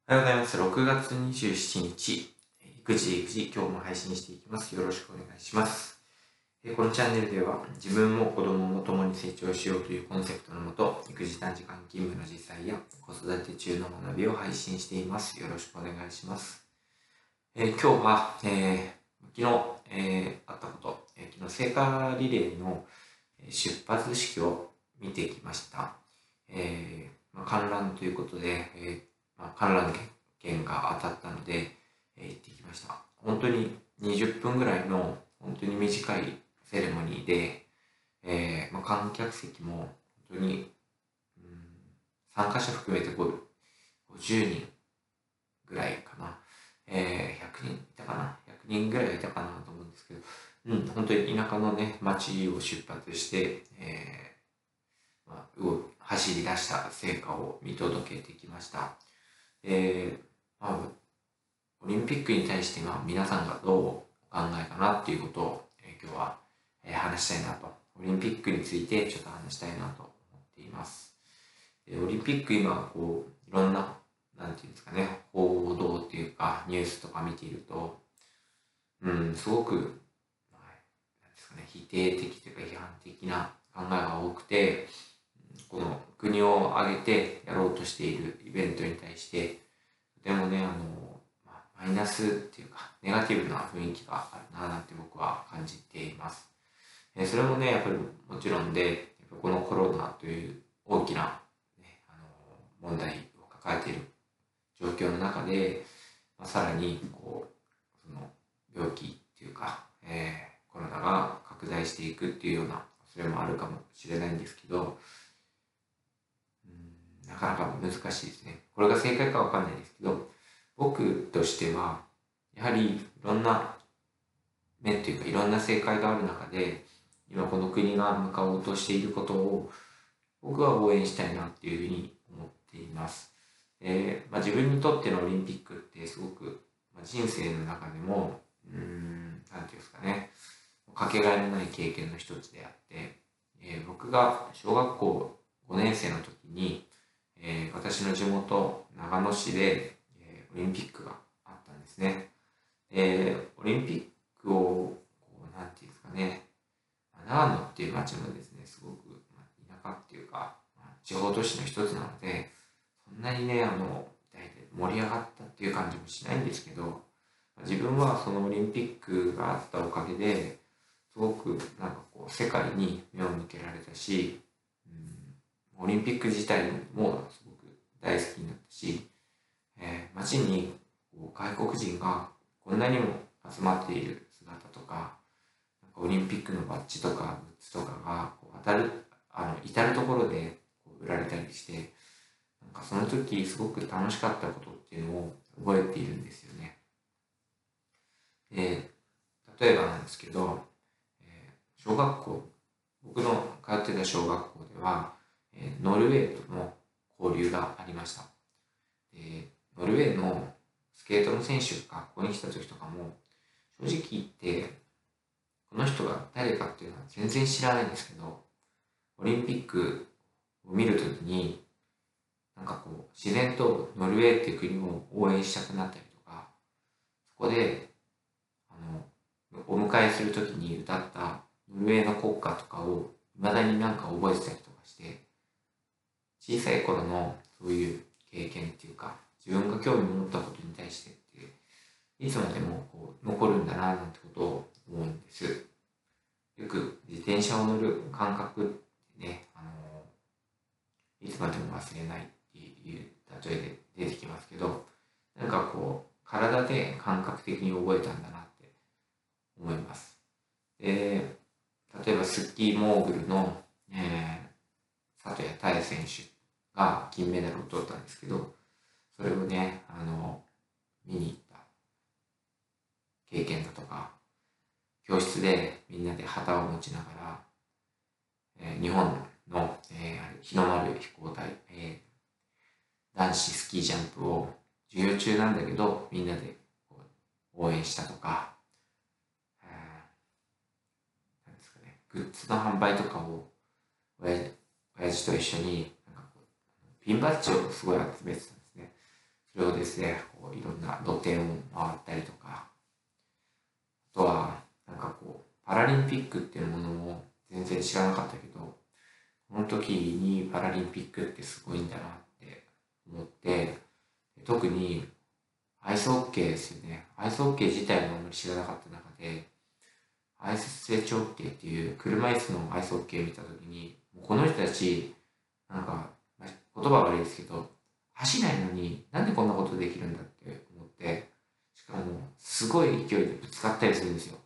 おはようございます。6月27日、育児育児、今日も配信していきます。よろしくお願いします。このチャンネルでは、自分も子供も共に成長しようというコンセプトのもと、育児短時間勤務の実際や子育て中の学びを配信しています。よろしくお願いします。今日は、昨日、あったこと、昨日聖火リレーの出発式を見てきました。観覧ということで、観覧券が当たったので、行ってきました。本当に20分ぐらいの本当に短いセレモニーで、観客席も本当に、参加者含めて50人ぐらいかな、100人いたかな、100人ぐらいいたかなと思うんですけど、本当に田舎のね、町を出発して、走り出した成果を見届けてきました。オリンピックに対して皆さんがどうお考えかなっていうことを、今日は、話したいなと。オリンピックについてちょっと話したいなと思っています。オリンピック今、いろんな、なんていうんですかね、報道っていうか、ニュースとか見ていると、すごく、なんですかね、否定的というか批判的な考えが多くて、この国を挙げてやろうとしているイベントに対して、とてもね、マイナスっていうか、ネガティブな雰囲気があるななんて僕は感じています。それもね、やっぱりもちろんで、このコロナという大きな、ね、問題を抱えている状況の中で、さらにその病気っていうか、コロナが拡大していくっていうようなそれもあるかもしれないんですけど、なかなか難しいですね。これが正解かわかんないですけど、僕としてはやはりいろんな面というかいろんな正解がある中で、今この国が向かおうとしていることを僕は応援したいなっていうふうに思っています。自分にとってのオリンピックってすごく、人生の中でもなんていうんですかね、かけがえのない経験の一つであって、僕が小学校5年生の時に、私の地元長野市で、オリンピックがあったんですね。オリンピックをなんていうんですかね、長野っていう町もですね、すごく田舎っていうか、地方都市の一つなので、そんなにね、盛り上がったっていう感じもしないんですけど、自分はそのオリンピックがあったおかげで、すごく世界に目を向けられたし、オリンピック自体もすごく大好きになったし、街に外国人がこんなにも集まっている姿とか、オリンピックのバッジとかグッズとかが至る所で売られたりして、その時すごく楽しかったことっていうのを覚えているんですよね。例えばなんですけど、小学校、僕の通ってた小学校では、ノルウェーとの交流がありました。ノルウェーのスケートの選手が学校に来た時とかも、正直言って、この人が誰かっていうのは全然知らないんですけど、オリンピックを見るときに、自然とノルウェーっていう国を応援したくなったりとか、そこで、お迎えするときに歌ったノルウェーの国歌とかを未だに覚えてたりとかして、小さい頃のそういう経験っていうか、自分が興味を持ったことに対してって、いつまでも残るんだななんてことを思うんです。よく自転車を乗る感覚ってね、いつまでも忘れないっていう例えで出てきますけど、体で感覚的に覚えたんだなって思います。で、例えばスキーモーグルの、里谷多也選手が金メダルを取ったんですけど、それをね、見に行った経験だとか、教室でみんなで旗を持ちながら、日本の、日の丸飛行隊、男子スキージャンプを授業中なんだけどみんなで応援したとか、なんですかね、グッズの販売とかを親父と一緒にピンバッジをすごい集めてたんですね。 それをですね、いろんな露店を回ったりとか、あとは、パラリンピックっていうものを全然知らなかったけど、この時にパラリンピックってすごいんだなって思って、特にアイスホッケーですよね。アイスホッケー自体もあんまり知らなかった中で、アイススレッジホッケーっていう車椅子のアイスホッケーを見た時に、この人たち、言葉は悪いですけど、走れないのになんでこんなことできるんだって思って、しかもすごい勢いでぶつかったりするんですよ。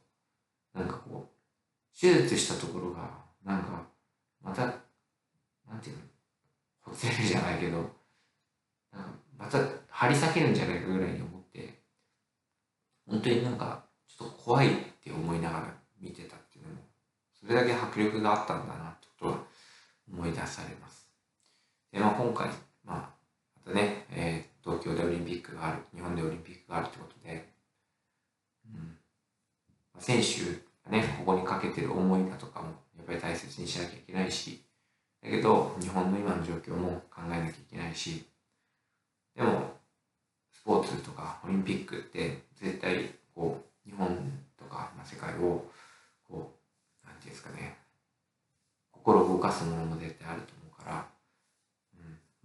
手術したところが、また、なんていうの、ほつれるじゃないけど、また張り裂けるんじゃないかぐらいに思って、本当にちょっと怖いって思いながら見てたっていうのも、それだけ迫力があったんだなってことは思い出されます。で、今回、またね、東京でオリンピックがある、日本でオリンピックがあるってことで、選手がね、ここにかけてる思いだとかも、やっぱり大切にしなきゃいけないし、だけど、日本の今の状況も考えなきゃいけないし、でも、スポーツとかオリンピックって絶対日本とか、世界をなんていうんですかね、心を動かすものも絶対あると思うから、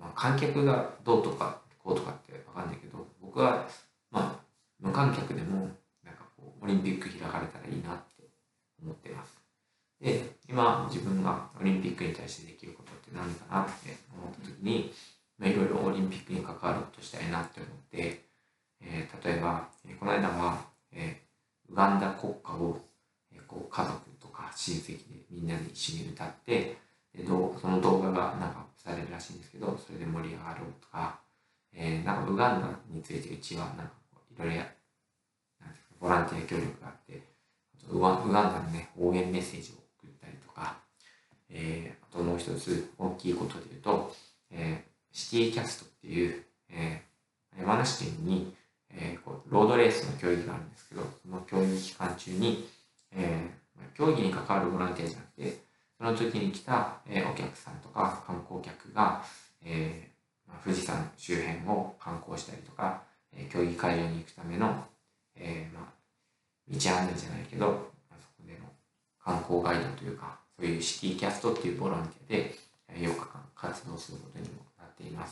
観客がどうとかこうとかってわかんないけど、僕は無観客でもオリンピック開かれたらいいなって思ってます。で、今自分がオリンピックに対してできることって何かなって思った時に、いろいろオリンピックに関わることしたいなって思って、例えば、この間は、ウガンダ国歌を、家族とか親戚でみんなで一緒に歌って、その動画がアップされるらしいんですけど、それで盛り上がろうとか、ウガンダについてうちはいろいろボランティア協力があって、ウガンダのね、応援メッセージを送ったりとか、あともう一つ大きいことで言うと、シティキャストっていう、山梨県に、ロードレースの競技があるんですけど、その競技期間中に、競技に関わるボランティアじゃなくて、その時に来た、お客さんとか観光客が、富士山周辺を観光したりとか、競技会場に行くための、道案内じゃないけど、そこでの観光ガイドというか、そういうシティキャストっていうボランティアで4日間活動することにもなっています。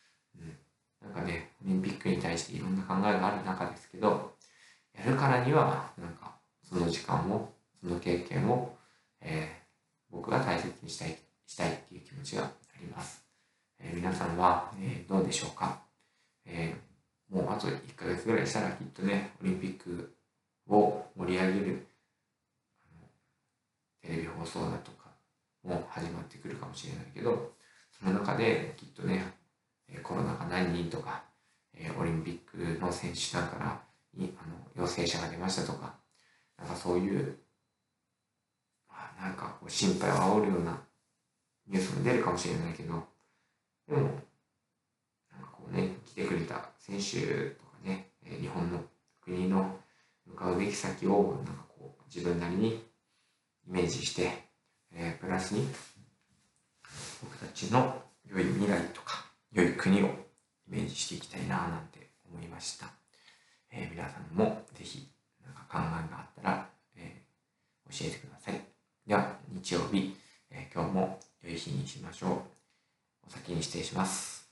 オリンピックに対していろんな考えがある中ですけど、やるからには、その時間を、その経験を、僕が大切にしたいっていう気持ちがあります。皆さんは、どうでしょうか。もうあと1ヶ月ぐらいしたらきっとね、オリンピックを盛り上げるテレビ放送だとかも始まってくるかもしれないけど、その中できっとね、コロナが何人とか、オリンピックの選手団から陽性者が出ましたとか、そういう心配を煽るようなニュースも出るかもしれないけど、でも来てくれた選手とかね、日本の国の向かうべき先を自分なりにイメージして、プラスに僕たちの良い未来とか良い国をイメージしていきたいななんて思いました。皆さんもぜひ考えがあったら、教えてください。では日曜日、今日も良い日にしましょう。お先に失礼します。